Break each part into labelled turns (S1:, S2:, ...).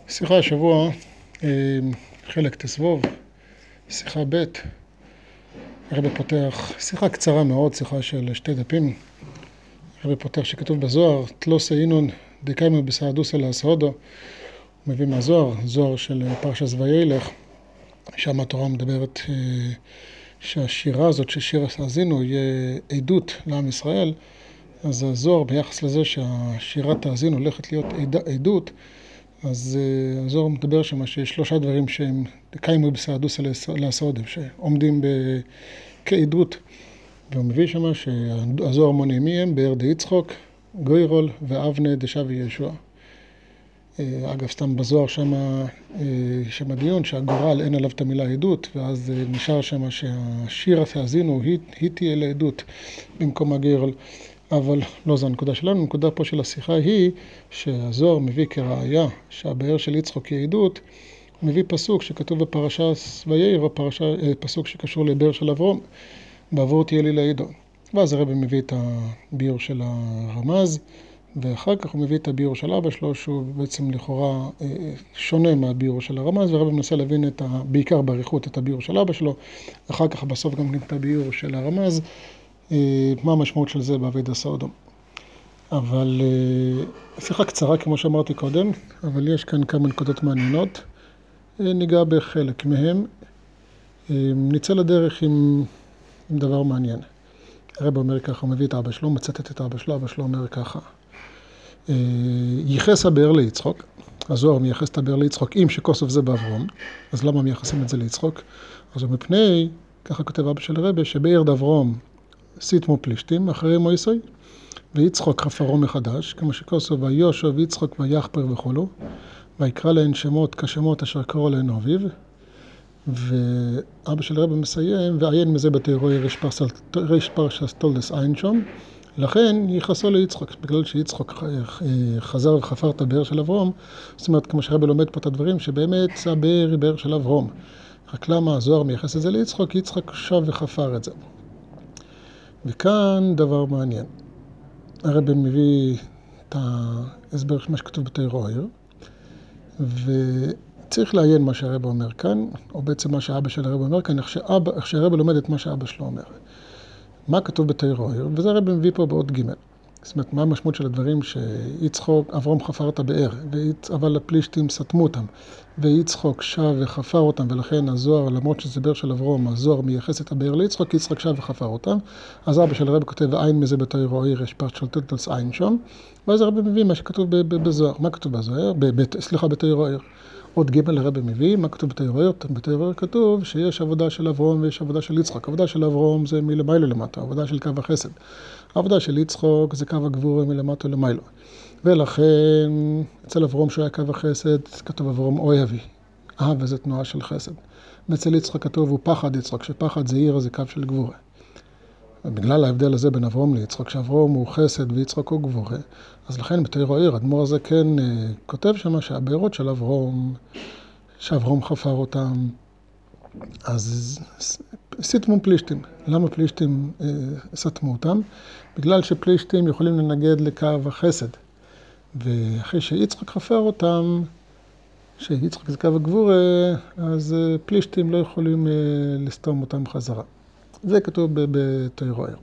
S1: שיחה השבוע, חלק תסבוב, שיחה ב', הרב פותח, שיחה קצרה מאוד, שיחה של 2 דפים. הרב פותח שכתוב בזוהר, תלוס אינון דקיימו בסעדוס אל הסעודו, הוא מביא מהזוהר, זוהר של פרשת וילך, שם התורה מדברת שהשירה הזאת, ששיר האזינו, יהיה עדות לעם ישראל. אז הזוהר ביחס לזה שהשירת האזינו הולכת להיות עדות, אז הזוהר מדבר שם שיש 3 דברים שהם קיימו בסעדוס לעסעודו, שעומדים כעדות. והוא מביא שם שהזוהר מונה מי הם, באר דה יצחוק, גוירול ואבנה דשבי ישוע. אגב, סתם בזוהר שם דיון שהגורל אין עליו את המילה עדות, ואז נשאר שם שהשיר האזינו היא תהיה לעדות במקום הגוירול. אבל לא זו הנקודה שלנו, הנקודה פה של השיחה היא שהזוהר מביא כראיה שהבאר של יצחוק היא עדות, הוא מביא פסוק שכתוב בפרשת וירא, פסוק שקשור לבאר של אברום, בעבור תהיה לי לעדו. ואז הרב מביא את הביור של הרמז, ואחר כך הוא מביא את הביור של אבא שלו, שהוא בעצם לכאורה שונה מהביור של הרמז, והרב מנסה להבין בעיקר בעריכות את הביור של אבא שלו, אחר כך בסוף גם את הביור של הרמז, מה המשמעות של זה בעבד הסעודו. אבל שיחה קצרה כמו שאמרתי קודם, אבל יש כאן כמה נקודות מעניינות, ניגע בחלק מהם, נצא לדרך עם דבר מעניין. הרב אומר ככה, הוא מביא את אבא שלו, מצטט את אבא שלו, אבא שלו אומר ככה, ייחס הבאר ליצחוק, הזוהר מייחס את הבאר ליצחוק, אם שכוסף זה באברום, אז למה מייחסים את זה ליצחוק? אז הוא מפני, ככה כותב אבא של הרב, שבאר דברום סיתמו פלישתים אחרי מויסוי, ויצחוק חפרו מחדש, כמו שכוסף ויושע ויצחוק ויחפר וכולו, ויקרא להן שמות כשמות אשר קראו להן אביו, ואבא של הרב מסיים, ועיין מזה בתיאוריה ריש פרשת תולדס עין שם, לכן ייחסו ליצחוק, בגלל שיצחוק חזר וחפר את הבאר של אברום, זאת אומרת, כמו שהרב לומד פה את הדברים, שבאמת הבאר היא באר של אברום. רק למה הזוהר מייחס את זה ליצחוק? יצחוק שב וחפר את זה. וכאן דבר מעניין. הרב מביא את ההסבר של מה שכתוב בתיאוריה, וצריך לעיין מה שהרב אומר כאן, או בעצם מה שהאבא של הרב אומר כאן, איך שהרב לומד את מה שהאבא שלו אומר. מה כתוב בתיאוריה? וזה הרב מביא פה בעוד ג'. זאת אומרת, מה המשמעות של הדברים שיצחוק, אברום חפר את הבאר, אבל הפלישתים סתמו אותם, ויצחוק שב וחפר אותם, ולכן הזוהר, למרות שזה באר של אברום, הזוהר מייחס את הבאר ליצחוק, יצחוק שב וחפר אותם. אז אבא של הרב כותב עין מזה בתיאוריה, יש פרט של תולדס עין שם, ואז הרב מביא מה שכתוב בזוהר. מה כתוב בזוהר? בתיאוריה. עוד ג' הרב מביא, מה כתוב בתיאוריה? בתיאוריה כתוב שיש עבודה של אברום ויש עבודה של יצחוק. עבודה של אברום זה מלמעלה למטה, עבודה של קו החסד. העבודה של יצחוק זה קו הגבורה מלמטה למעלה. ולכן אצל אברום שהיה קו החסד, כתוב אברום אוהבי. אהבה זה תנועה של חסד. ואצל יצחוק כתוב הוא פחד יצחוק, שפחד זה עיר, זה קו של גבורה. בגלל ההבדל הזה בין אברום ליצחוק, שאברום הוא חסד ויצחוק הוא גבורה, אז לכן בתיאוריה האדמו"ר הזה כן כותב שמה שהבארות של אברום, שאברום חפר אותם, אז סתמו פלישתים. למה פלישתים סתמו אותם? בגלל שפלישתים יכולים לנגד לקו החסד. ואחרי שיצחק חפר אותם, שיצחק זה קו הגבורה, אז פלישתים לא יכולים לסתום אותם חזרה. זה כתוב בתיאוריה.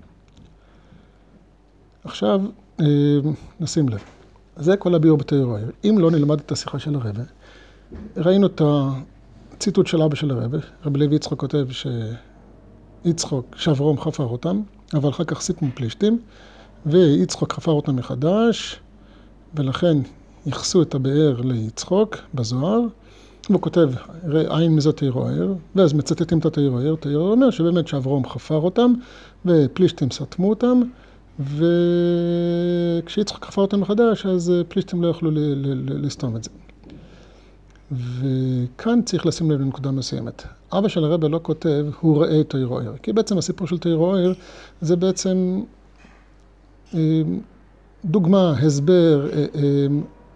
S1: עכשיו נשים לב. זה כל הביור בתיאוריה. אם לא נלמד את השיחה של הרב, ראינו את הציטוט של אבא של הרב, רב לוי יצחק כותב שאברום חפר אותם, אבל אחר כך סתמו פלישתים, ויצחק חפר אותם מחדש, ולכן ייחסו את הבאר ליצחק בזוהר, והוא כותב עין מזה תיאוריה, ואז מצטטים את התיאוריה, תיאוריה אומר שבאמת שאברום חפר אותם, ופלישתים סתמו אותם, וכשיצחק חפר אותם מחדש, אז פלישתים לא יכלו לסתום את זה. וכאן צריך לשים לב לנקודה מסוימת. אבא של הרב לא כותב, הוא ראה תיאוריה, כי בעצם הסיפור של תיאוריה זה בעצם דוגמה, הסבר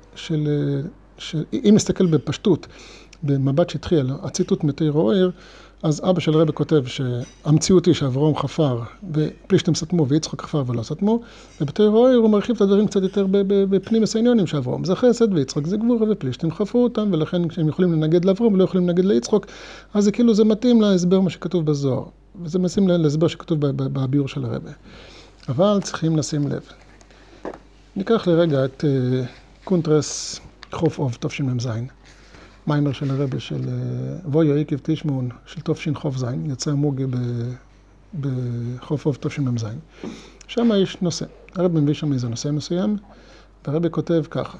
S1: אם נסתכל בפשטות, במבט שטחי על הציטוט מתיאוריה, אז אבא של הרבי כותב שהמציאות היא שאברהם חפר ופלישתים סתמו ויצחק חפר ולא סתמו, ובתורה אויר הוא מרחיב את הדברים קצת יותר בפנים העניונים שאברהם זה חסד ויצחק זה גבורה ופלישתים חפרו אותם, ולכן כשהם יכולים לנגד לאברהם ולא יכולים לנגד ליצחק, אז זה כאילו זה מתאים להסבר מה שכתוב בזוהר, וזה מתאים להסבר שכתוב בביור של הרבי. אבל צריכים לשים לב. ניקח לרגע את קונטרס חוף אוב תשמ"ז. מיימר של הרבי של וויו עקיב תשמעון של תש"ח זין, יצא מוגי בחוף אוב תשמ"ז. שם יש נושא. הרבי מביא שם איזה נושא מסוים, והרבי כותב ככה,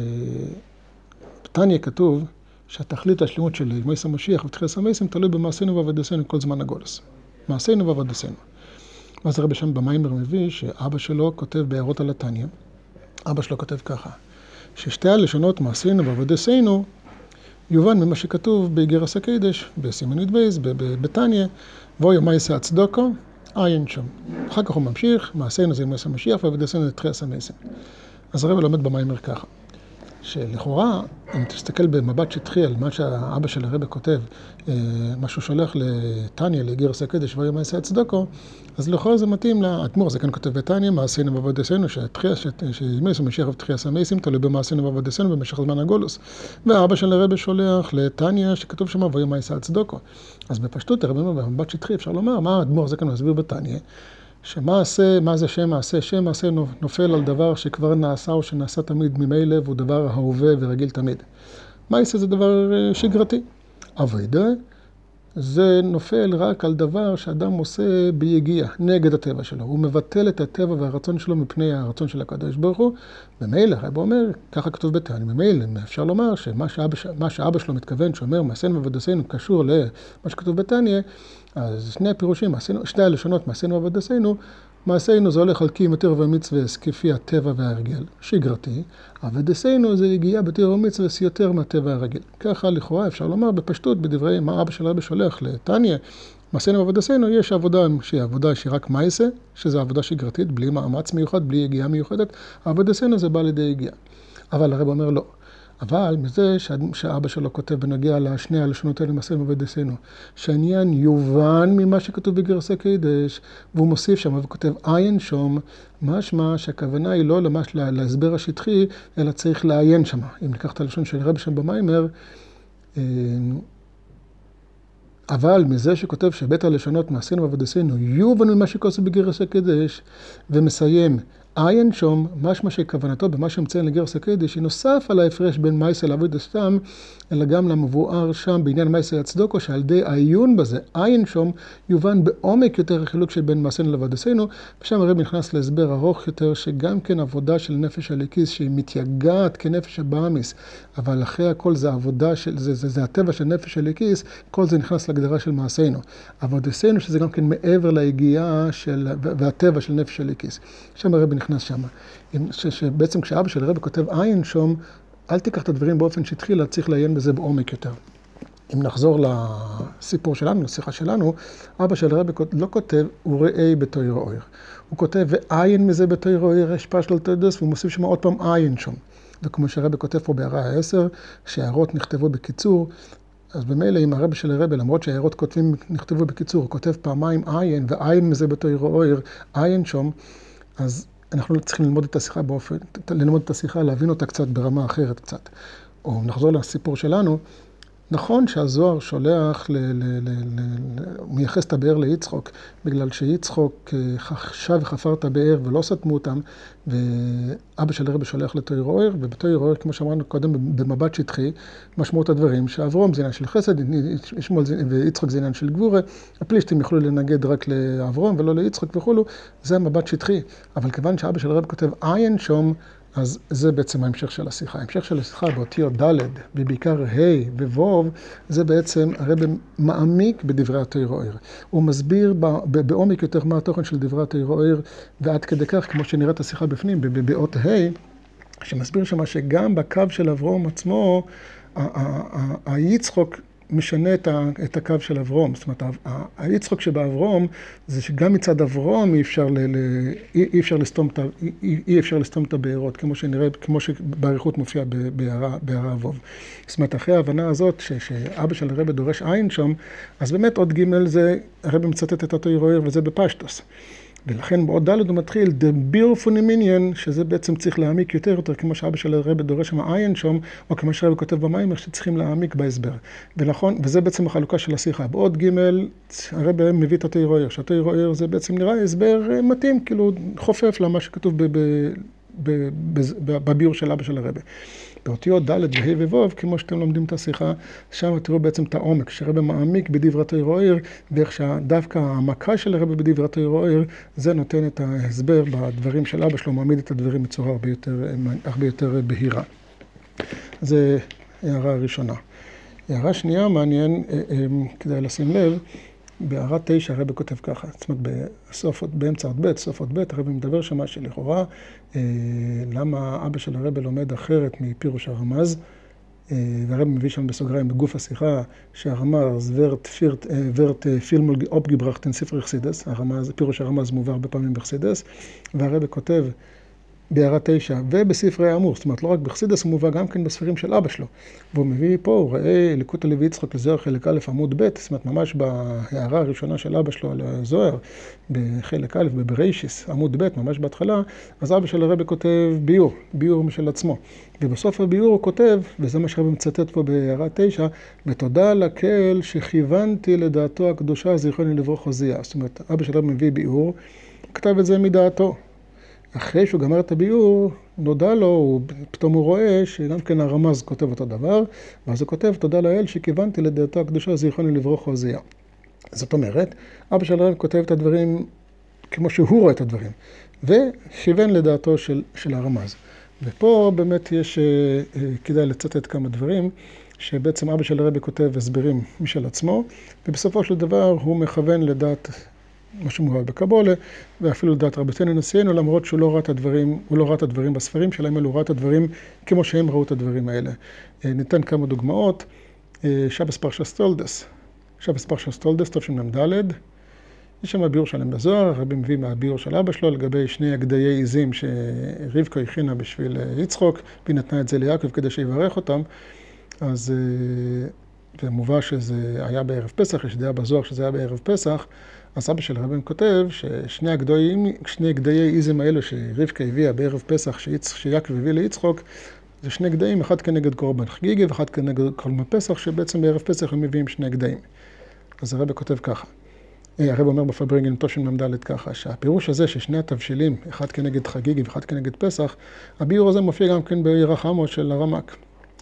S1: שבתניא כתוב שהתכלית השלמות של מויס המשיח ותחיית המייסים תלוי במעשינו ועבודתנו כל זמן הגולס. מעשינו ועבודתנו. ואז הרבי שם במיימר מביא שאבא שלו כותב בהערות על התניא, אבא שלו כותב ככה, ששתי הלשונות מעשינו ועבודתנו יובן ממה שכתוב באיגרס הקודש, בסימן י"ב, בתניא, ואוי מעשה הצדקה, עין שם. אחר כך הוא ממשיך, מעשינו זה מויס המשיח ועבודתנו זה תחיית המייסים. אז הרבי לומד במיימר ככה, שלכאורה, אם תסתכל במבט שטחי על מה שהאבא של הרבי כותב, מה שהוא שולח לתניא, לאיגרס הקודש, ואוי מעשה הצדקה, אז לכאורה זה מתאים לאדמו"ר, זה כאן כותב בתניא, מעשינו ועבודתנו, שמויס המשיח ותחיית המייסים תלוי במעשינו ועבודתנו במשך זמן הגולוס. והאבא של הרבי שולח לתניא, שכתוב שם ואוי מעשה הצדקה. אז בפשטות, הרבי במבט שטחי אפשר לומר, מה האדמו"ר זה כאן מסביר בתניא, שמעשה, מה זה שם מעשה? שם מעשה נופל על דבר שכבר נעשה או שנעשה תמיד ממילא, והוא דבר ההווה ורגיל תמיד. מעשה זה דבר שגרתי. עבודה זה נופל רק על דבר שאדם עושה ביגיע, נגד הטבע שלו. הוא מבטל את הטבע והרצון שלו מפני הרצון של הקדוש ברוך הוא. במילא, הרב אומר, ככה כתוב בתניא, במילא אפשר לומר שמה שאבא שלו מתכוון, שאומר מעשינו ועבודתנו קשור למה שכתוב בתניא, אז שני הפירושים, שתי הלשונות, מעשינו ועבודתנו, מעשינו זה הולך על קיים התורה ומצווה כפי הטבע וההרגל, שגרתי, עבודתנו זה יגיע בתורה ומצווה יותר מהטבע הרגיל. ככה לכאורה אפשר לומר בפשטות, בדברי מה אבא של הרבי שולח לתניא, מעשינו ועבודתנו, יש עבודה שהיא עבודה שהיא רק מעשה, שזו עבודה שגרתית, בלי מאמץ מיוחד, בלי יגיעה מיוחדת, עבודתנו זה בא לידי יגיעה. אבל הרבי אומר לא. אבל מזה שאבא שלו כותב בנוגע לשני הלשונות האלה מעשינו ועבודתנו, שהעניין יובן ממה שכתוב בגרסי הקודש, והוא מוסיף שם וכותב עין שום, משמע שהכוונה היא לא ממש להסבר השטחי, אלא צריך לעיין שם. אם ניקח את הלשון של רבי שם במיימר, אבל מזה שכותב שבית הלשונות מעשינו ועבודתנו יובן ממה שכתוב בגרסי הקודש, ומסיים עין שום, משמע שכוונתו במה שמציין לגרסי הקודש, היא נוסף על ההפרש בין מעשה לעבודתם, אלא גם למבואר שם בעניין מעשה הצדקה, שעל ידי העיון בזה, עין שום, יובן בעומק יותר החילוק של בין מעשינו לעבודתנו, ושם הרב נכנס להסבר ארוך יותר, שגם כן עבודה של נפש הליקיס, שהיא מתייגעת כנפש הבאמיס, אבל אחרי הכל זה עבודה של, זה הטבע של נפש הליקיס, כל זה נכנס להגדרה של מעשינו. עבודתנו שזה גם כן מעבר להגיעה והטבע של נפש הליקיס. שם הרב נכנס שם. שבעצם כשאבא של הרב כותב עין שום, אל תיקח את הדברים באופן שטחי, אלא צריך לעיין בזה בעומק יותר. אם נחזור לסיפור שלנו, לשיחה שלנו, אבא של הרב לא כותב וראה בתורה אויר. הוא כותב ועין מזה בתורה אויר, השפעה של תודס, והוא מוסיף שם עוד פעם עין שום. וכמו שהרב כותב פה בהערה 10, שהערות נכתבו בקיצור, אז במילא עם הרב של הרב, למרות שהערות נכתבו בקיצור, הוא כותב פעמיים עין, ועין מזה בתורה אויר, עין שום, אז אנחנו צריכים ללמוד את השיחה ללמוד את השיחה, להבין אותה קצת ברמה אחרת קצת. או נחזור לסיפור שלנו, נכון שהזוהר שולח, מייחס את הבאר ליצחוק, בגלל שיצחוק חשב וחפר את הבאר ולא סתמו אותם, ואבא של הרבי שולח לתורה אויר, ובתורה אויר, כמו שאמרנו קודם, במבט שטחי, משמעות הדברים, שאברהם זה עניין של חסד, ויצחוק זה עניין של גבורה, הפלישתים יכולו לנגד רק לאברהם ולא ליצחוק וכולו, זה מבט שטחי. אבל כיוון שאבא של הרבי כותב עין שום, אז זה בעצם ההמשך של השיחה. ההמשך של השיחה באותיות ד' ובעיקר ה' וו' זה בעצם הרב מעמיק בדברי התורה אויר. הוא מסביר בעומק יותר מה התוכן של דברי התורה אויר, ועד כדי כך, כמו שנראית השיחה בפנים, באות ה', שמסביר שמה שגם בקו של אברהם עצמו, היצחוק משנה את הקו של אברום. זאת אומרת, היצחוק שבאברום זה שגם מצד אברום אי אפשר לסתום את הבארות, כמו שבאריכות מופיע בהר אבוב. זאת אומרת, אחרי ההבנה הזאת שאבא של הרבי דורש עין שם, אז באמת עוד ג' זה, הרבי מצטט את התויר עיר וזה בפשטוס. ולכן בעוד ד' הוא מתחיל, the beer phenomenon, שזה בעצם צריך להעמיק יותר, כמו שאבא של הרבי דורש שם עין שם, או כמו שהרבי כותב במים, שצריכים להעמיק בהסבר. ונכון, וזה בעצם החלוקה של השיחה. בעוד ג' הרבי מביא את התויר עיר, שהתויר עיר זה בעצם נראה הסבר מתאים, כאילו חופף למה שכתוב בביור של אבא של הרבי. באותיות ד' וה' וו', כמו שאתם לומדים את השיחה, שם תראו בעצם את העומק, שהרבי מעמיק בדברי התויר עיר, ואיך שדווקא העמקה של הרבי בדברי התויר עיר, זה נותן את ההסבר בדברים של אבא שלו, מעמיד את הדברים בצורה הרבה יותר בהירה. זה הערה הראשונה. הערה שנייה, מעניין, כדאי לשים לב, בהערה 9 הרבי כותב ככה, זאת אומרת באמצע עוד ב', סוף עוד ב', הרבי מדבר שמה שלכאורה, למה אבא של הרבי לומד אחרת מפירוש הרמז, והרבי מביא שם בסוגריים בגוף השיחה, שהרמז ורד פילמול אופגברחט אין ספר חסידס, פירוש הרמז מובא הרבה פעמים בחסידס, והרבי כותב בהערה 9 ובספרי האמור, זאת אומרת לא רק בחסידס, הוא מובא גם כן בספרים של אבא שלו. והוא מביא פה, הוא ראה ליקוטי לוי יצחק לזוהר חלק א' עמוד ב', זאת אומרת ממש בהערה הראשונה של אבא שלו על הזוהר, בחלק א' בבריישיס, עמוד ב', ממש בהתחלה, אז אבא של הרבי כותב ביור משל עצמו. ובסוף הביור הוא כותב, וזה מה שהרבי מצטט פה בהערה 9, ותודה לקהל שכיוונתי לדעתו הקדושה, זיכרוני לברוך עוזיה. זאת אומרת, אבא של הרבי מביא ביור, הוא כתב את זה מדעתו. אחרי שהוא גמר את הביור, נודע לו, פתאום הוא רואה שגם כן הרמז כותב אותו דבר, ואז הוא כותב, תודה לאל שכיוונתי לדעתו הקדושה, זיכרוני לברוך עוזיה. זאת אומרת, אבא של הרבי כותב את הדברים כמו שהוא רואה את הדברים, וכיוון לדעתו של הרמז. ופה באמת כדאי לצטט כמה דברים, שבעצם אבא של הרבי כותב הסברים משל עצמו, ובסופו של דבר הוא מכוון לדעת מה שמובא בקבולה, ואפילו לדעת רבותינו נשיאנו, למרות שהוא לא ראה את הדברים בספרים שלהם, אלא הוא ראה את הדברים כמו שהם ראו את הדברים האלה. ניתן כמה דוגמאות. שבס פרשס תולדס, תשמ"ד, יש שם הביור שלהם בזוהר, הרבי מביא מהביור של אבא שלו לגבי שני הגדיי עיזים שרבקה הכינה בשביל יצחוק, והיא נתנה את זה ליעקב כדי שיברך אותם. אז ומובא שזה היה בערב פסח, יש דעה בזוהר שזה היה בערב פסח, אז אבא של הרבי כותב ששני הגדיי עיזים האלו שרבקה הביאה בערב פסח, שיעקב הביא ליצחוק, זה שני גדיים, אחד כנגד קורבן חגיגי ואחד כנגד קורבן פסח, שבעצם בערב פסח הם מביאים שני גדיים. אז הרבי כותב ככה, הרבי אומר בפברנגן תשמ"ד ככה, שהפירוש הזה ששני התבשילים, אחד כנגד חגיגי ואחד כנגד פסח, הביור הזה מופיע גם כן בירחמו של הרמק.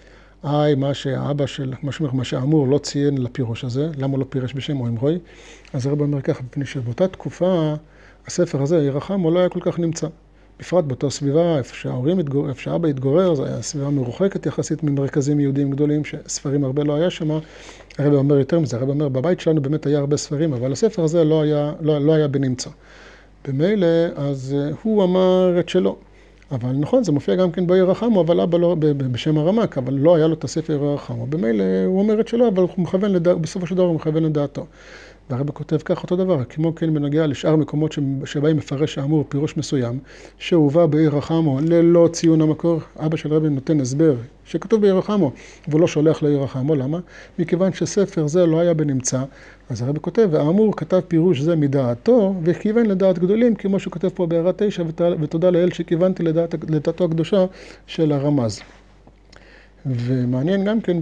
S1: מה שהאמור לא ציין לפירוש הזה, למה לא פירש בשם או אמרוי? אז הרבי אומר ככה, בפני שבאותה תקופה, הספר הזה, ירחמו, לא היה כל כך נמצא. בפרט באותה סביבה, איפה שאבא התגורר, זו הייתה סביבה מרוחקת יחסית ממרכזים יהודיים גדולים, שספרים הרבה לא היה שם. הרבי אומר יותר מזה, הרבי אומר, בבית שלנו באמת היה הרבה ספרים, אבל הספר הזה לא היה בנמצא. במילא, אז הוא אמר את שלו. אבל נכון, זה מופיע גם כן בירחמו, אבל אבא לא, בשם הרמק, אבל לא היה לו את הספר ירחמו. במילא הוא אומר את שלו, אבל הוא מכוון בסופו של דבר הוא מכוון לדעתו. והרבי כותב כך אותו דבר, כמו כן בנוגע לשאר מקומות שבהם מפרש האמור פירוש מסוים, שהובא בירחמו ללא ציון המקור. אבא של הרבי נותן הסבר שכתוב בירחמו, והוא לא שולח לירחמו. למה? מכיוון שספר זה לא היה בנמצא, אז הרבי כותב, והאמור כתב פירוש זה מדעתו, וכיוון לדעת גדולים, כמו שהוא כותב פה בהערה 9, ותודה לאל שכיוונתי לדעתו הקדושה של הרמז. ומעניין גם כן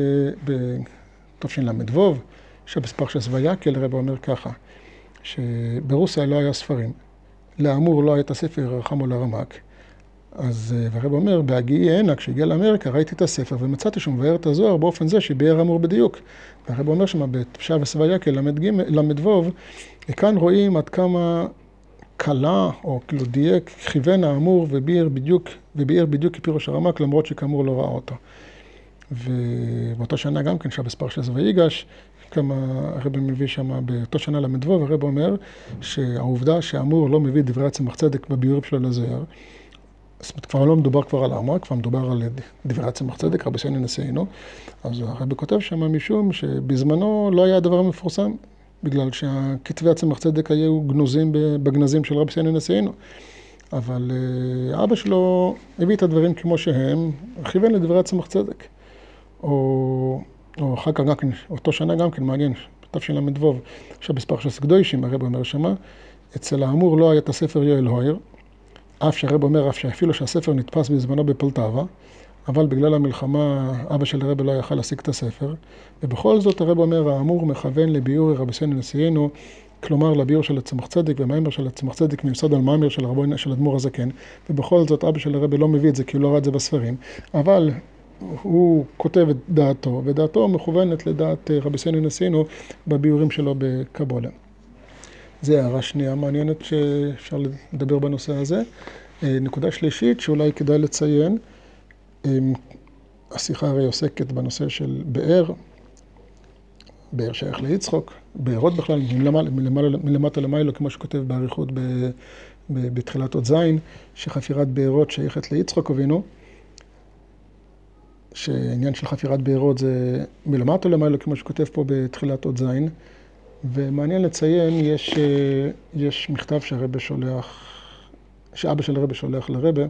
S1: בתשל"ו, שבפרשת ויקל הרבי אומר ככה, שברוסיה לא היה ספרים, לאמור לא היה את הספר ירחמו לרמק, אז הרבי אומר, בהגיעי הנה, כשהגיע לאמריקה, ראיתי את הספר ומצאתי שהוא מבאר את הזוהר באופן זה שביאר אמור בדיוק. והרבי אומר שמה בשבס ויקל ל"ו, וכאן רואים עד כמה קלה, או כאילו דייק, כיוון האמור וביאר בדיוק כפירוש הרמק, למרות שכאמור לא ראה אותו. ובאותה שנה גם כן שבס פרשת ויגש, כמה הרבי מביא שם באותו שנה ל"ו, הרבי אומר שהעובדה שאמור לא מביא דברי צמח צדק בביורים שלו לזוהר, זאת אומרת, כבר לא מדובר כבר על האמרה, כבר מדובר על דברי צמח צדק, רבי סייני נשיאנו. אז הרבי כותב שם משום שבזמנו לא היה הדבר מפורסם, בגלל שהכתבי הצמח צדק היו גנוזים בגנזים של רבי סייני נשיאנו. אבל אבא שלו הביא את הדברים כמו שהם, כיוון לדברי הצמח צדק. או אחר כך גם כן, אותו שנה גם כן, מעניין, תשל"ו, עכשיו בפרשת קדושים, הרב אומר שמה, אצל האמור לא היה את הספר יואל הויר, אף שהרב אומר, אף שאפילו שהספר נתפס בזמנו בפלטבה, אבל בגלל המלחמה, אבא של הרב לא יכל להשיג את הספר, ובכל זאת הרב אומר, האמור מכוון לביאור רבי סייני נשיאנו, כלומר לביאור של הצמח צדק, ומאמר של הצמח צדק מיוסד על מאמר של אדמו"ר הזקן, ובכל זאת אבא של הרב לא מביא את זה, כי הוא לא ראה את זה בספרים, אבל הוא כותב את דעתו, ודעתו מכוונת לדעת רבי סייני נשיאנו בביאורים שלו בקבולה. זה הערה שנייה מעניינת שאפשר לדבר בנושא הזה. נקודה שלישית שאולי כדאי לציין, השיחה הרי עוסקת בנושא של באר, באר שייך ליצחוק, בארות בכלל, מלמטה למיילו, כמו שכותב בעריכות בתחילת עוד זין, שחפירת בארות שייכת ליצחוק אבינו, שעניין של חפירת בארות זה מלמטה למיילו, כמו שכותב פה בתחילת עוד זין, ומעניין לציין, יש מכתב שאבא של הרב שולח לרבה,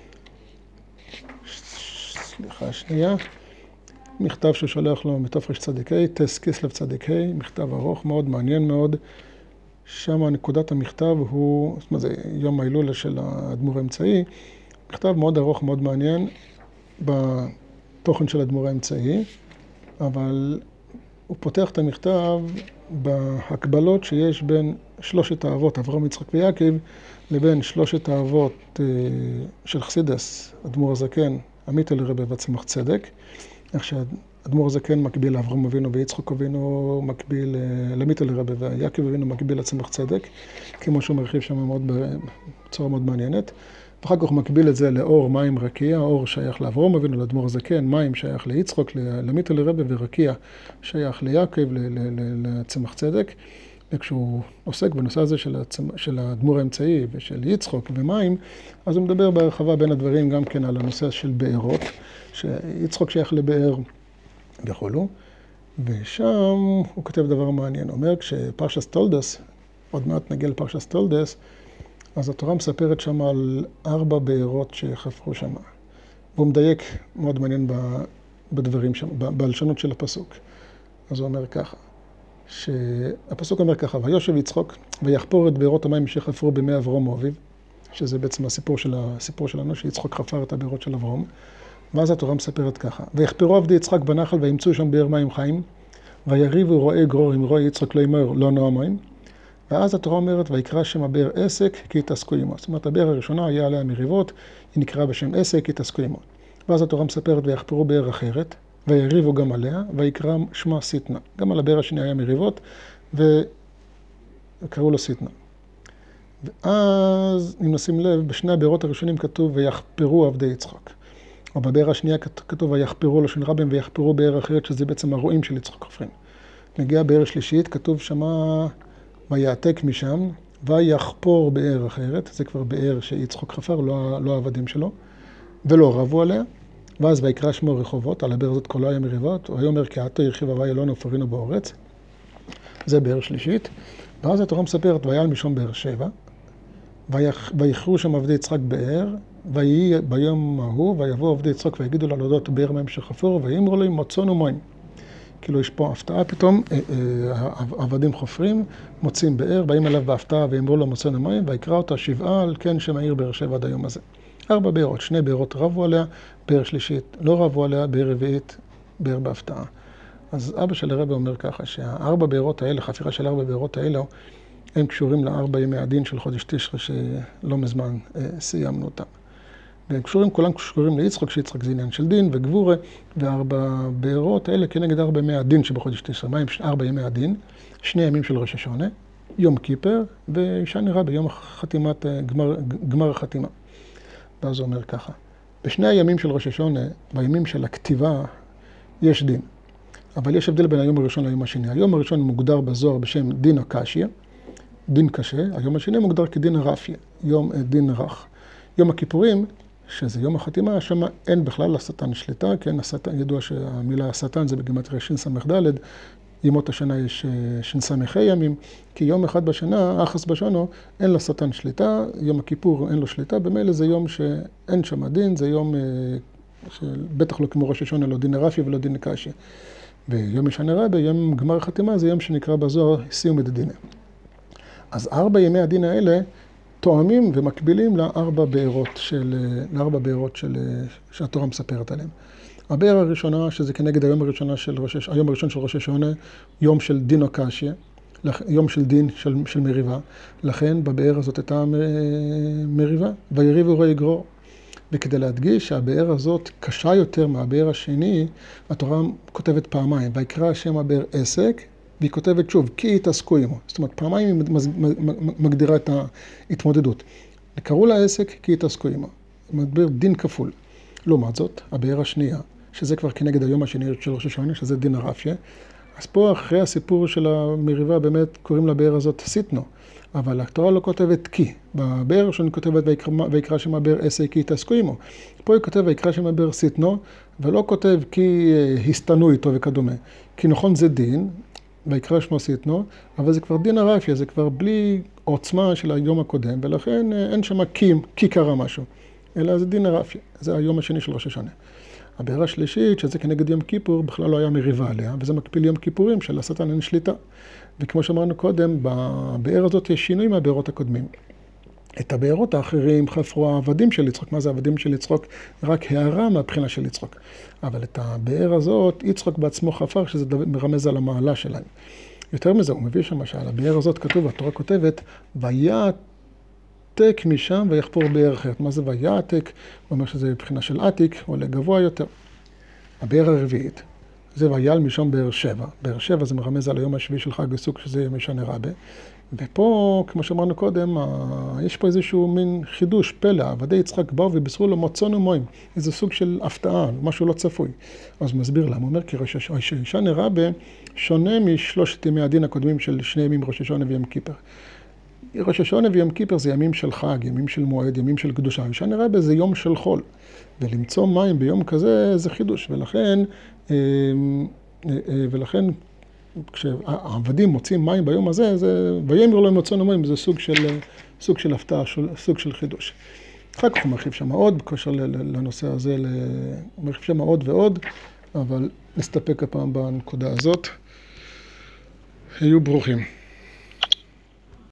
S1: סליחה שנייה, מכתב שהוא שולח לו מתופרש צדיקי, טס כסלב צדיקי, מכתב ארוך מאוד, מעניין מאוד. שם נקודת המכתב הוא, זאת אומרת, זה יום ההילולה של האדמו"ר האמצעי, מכתב מאוד ארוך, מאוד מעניין בתוכן של האדמו"ר האמצעי, אבל הוא פותח את המכתב בהקבלות שיש בין שלושת האבות, אברהם, יצחק ויעקב, לבין שלושת האבות של חסידס, אדמו"ר הזקן, עמיטל רבי וצמח צדק, איך שהאדמו"ר הזקן מקביל לאברהם אבינו ויצחק אבינו מקביל לעמיטל רבי ויעקב אבינו מקביל לצמח צדק, כמו שהוא מרחיב שם בצורה מאוד מעניינת. ואחר כך הוא מקביל את זה לאור, מים, רקיע, אור שייך לאברהם אבינו, לאדמו"ר הזקן, מים שייך ליצחק, לעמיטל רבי, ורקיע שייך ליעקב, לצמח צדק. וכשהוא עוסק בנושא הזה של האדמו"ר האמצעי ושל יצחק ומים, אז הוא מדבר בהרחבה בין הדברים גם כן על הנושא של בארות, שיצחק שייך לבאר וכולו, ושם הוא כותב דבר מעניין. הוא אומר, כשפרשת תולדס, עוד מעט נגיע לפרשת תולדס, אז התורה מספרת שם על 4 בארות שחפרו שם. והוא מדייק מאוד מעניין בדברים שם, בלשונות של הפסוק. אז הוא אומר ככה, שהפסוק אומר ככה, ויושב יצחק ויחפור את בארות המים שחפרו בימי אברהם אביו, שזה בעצם הסיפור שלנו, שיצחק חפר את הבארות של אברהם. ואז התורה מספרת ככה, ויחפרו עבדי יצחק בנחל וימצאו שם באר מים חיים, ויריבו רועי גרור עם רועי יצחק לא ימהר לא נוע מים. ואז התורה אומרת, ויקרא שם הבאר עסק כי התעסקו עמו. זאת אומרת, הבאר הראשונה היה עליה מריבות, היא נקרא בשם עסק כי התעסקו עמו. ואז התורה מספרת, ויחפרו באר אחרת, ויריבו גם עליה, ויקרא שמה סיטנה. גם על הבאר השני היה מריבות, וקראו לו סיטנה. ואז, אם נשים לב, בשני הבארות הראשונים כתוב, ויחפרו עבדי יצחק. או בבאר השנייה כתוב, ויחפרו לשון רבים, ויחפרו באר אחרת, שזה בעצם הרועים של יצחק חופרים. נגיע באר שלישית, כתוב שמה, ויעתק משם, ויחפור באר אחרת, זה כבר באר שיצחק חפר, לא העבדים שלו, ולא רבו עליה. ואז ויקרא שמו רחובות, על הבאר הזאת כולו היה מריבות, הוא היה אומר, כי עתו ירחיב הווי אלונו ופרינו באורץ. זה באר שלישית. ואז התורה מספרת, ויעל משום באר שבע, ויחרו שם עבדי יצחק באר, ויהי ביום ההוא, ויבואו עבדי יצחק ויגידו לו להודות באר מים שחפור, ויאמרו לו מצאנו מים. כאילו יש פה הפתעה פתאום, העבדים חופרים, מוצאים באר, באים אליו בהפתעה ויאמרו לו מצאנו מים, ויקרא אותה 7 על כן שם העיר באר שבע עד היום הזה. 4 בארות, 2 בארות רבו עליה, באר שלישית לא רבו עליה, באר רביעית, באר בהפתעה. אז אבא של הרבי אומר ככה, שה4 בארות האלה, חפירה של 4 בארות האלה, הם קשורים ל4 ימי הדין של חודש תשרי שלא מזמן סיימנו אותם. והם קשורים, כולם קשורים ליצחק, שיצחק זה עניין של דין וגבורה, ו4 בארות האלה כנגד 4 ימי הדין שבחודש תשרי. מה הם 4 ימי הדין? 2 ימים של ראש השונה, יום כיפר, ואישה נראה ביום חתימת, גמר החתימה. ואז הוא אומר ככה, בשני הימים של ראש השונה, בימים של הכתיבה, יש דין. אבל יש הבדל בין היום הראשון ליום השני. היום הראשון מוגדר בזוהר בשם דין הקשיא, דין קשה, היום השני מוגדר כדין הרפיה, דין רך. יום הכיפורים, שזה יום החתימה, שם אין בכלל לשטן שליטה, כן, ידוע שהמילה השטן זה בגימטריה שס"ד, ימות השנה יש ש"ס ימים, כי יום אחד בשנה, אחס בשונו, אין לשטן שליטה, יום הכיפור אין לו שליטה, במילא זה יום שאין שם דין, זה יום שבטח לא כמו ראש השונה, לא דין רפי ולא דין קשי. ויום ישנה רבה, יום גמר החתימה, זה יום שנקרא בזוהר סיום דדינה. אז 4 ימי הדין האלה תואמים ומקבילים לארבע בארות שהתורה מספרת עליהם. הבאר הראשונה, שזה כנגד היום הראשון של ראש השונה, יום של דין או קשיא, יום של דין של מריבה, לכן בבאר הזאת הייתה מריבה, ויריבו רואי גרור. וכדי להדגיש שהבאר הזאת קשה יותר מהבאר השני, התורה כותבת פעמיים, ויקרא השם הבאר עסק, והיא כותבת שוב, כי התעסקו עמו. זאת אומרת, פעמיים היא מגדירה את ההתמודדות. קראו לה עסק, כי התעסקו עמו. מדבר דין כפול. לעומת זאת, הבאר השנייה, שזה כבר כנגד היום השני של ראש השונה, שזה דין הרפיה. אז פה אחרי הסיפור של המריבה, באמת קוראים לבאר הזאת סיטנו. אבל התורה לא כותבת כי. בבאר ראשון היא כותבת ויקרא שם הבאר עסק, כי התעסקו עמו. פה היא כותבת ויקרא שם הבאר סיטנו, ולא כותב כי הסתנו איתו וכדומה. כי נכון זה דין, ויקרא שמו סיטנו, אבל זה כבר דין הרפיה, זה כבר בלי עוצמה של היום הקודם, ולכן אין שם כי קרה משהו, אלא זה דין הרפיה, זה היום השני של ראש השנה. הבאר השלישית, שזה כנגד יום כיפור, בכלל לא היה מריבה עליה, וזה מקביל יום כיפורים של השטן אין שליטה. וכמו שאמרנו קודם, בבאר הזאת יש שינוי מהבארות הקודמים. את הבארות האחרים חפרו העבדים של יצחק. מה זה העבדים של יצחק? רק הערה מהבחינה של יצחק. אבל את הבאר הזאת, יצחק בעצמו חפר, שזה מרמז על המעלה שלהם. יותר מזה, הוא מביא שם שעל הבאר הזאת כתוב, התורה כותבת, ויעתק משם ויחפור באר אחרת. מה זה ויעתק? הוא אומר שזה מבחינה של עתיק, עולה גבוה יותר. הבאר הרביעית, זה ויעל משם באר שבע. באר שבע זה מרמז על היום השביעי של חג הסוכות, שזה יום ישנה רבה. ופה, כמו שאמרנו קודם, יש פה איזשהו מין חידוש, פלא, עבדי יצחק באו ובישרו לו מצאנו מים. איזה סוג של הפתעה, משהו לא צפוי. אז הוא מסביר למה, הוא אומר, כי ראש השנה רבה שונה משלושת ימי הדין הקודמים של 2 ימים ראש השנה ויום כיפר. ראש השנה ויום כיפר זה ימים של חג, ימים של מועד, ימים של קדושה. השנה רבה זה יום של חול. ולמצוא מים ביום כזה זה חידוש, ולכן כשהעבדים מוצאים מים ביום הזה, ויאמר להם מצאנו מים, זה סוג של הפתעה, סוג של חידוש. אחר כך הוא מרחיב שם עוד, בקשר לנושא הזה, הוא מרחיב שם עוד ועוד, אבל נסתפק הפעם בנקודה הזאת. היו ברוכים.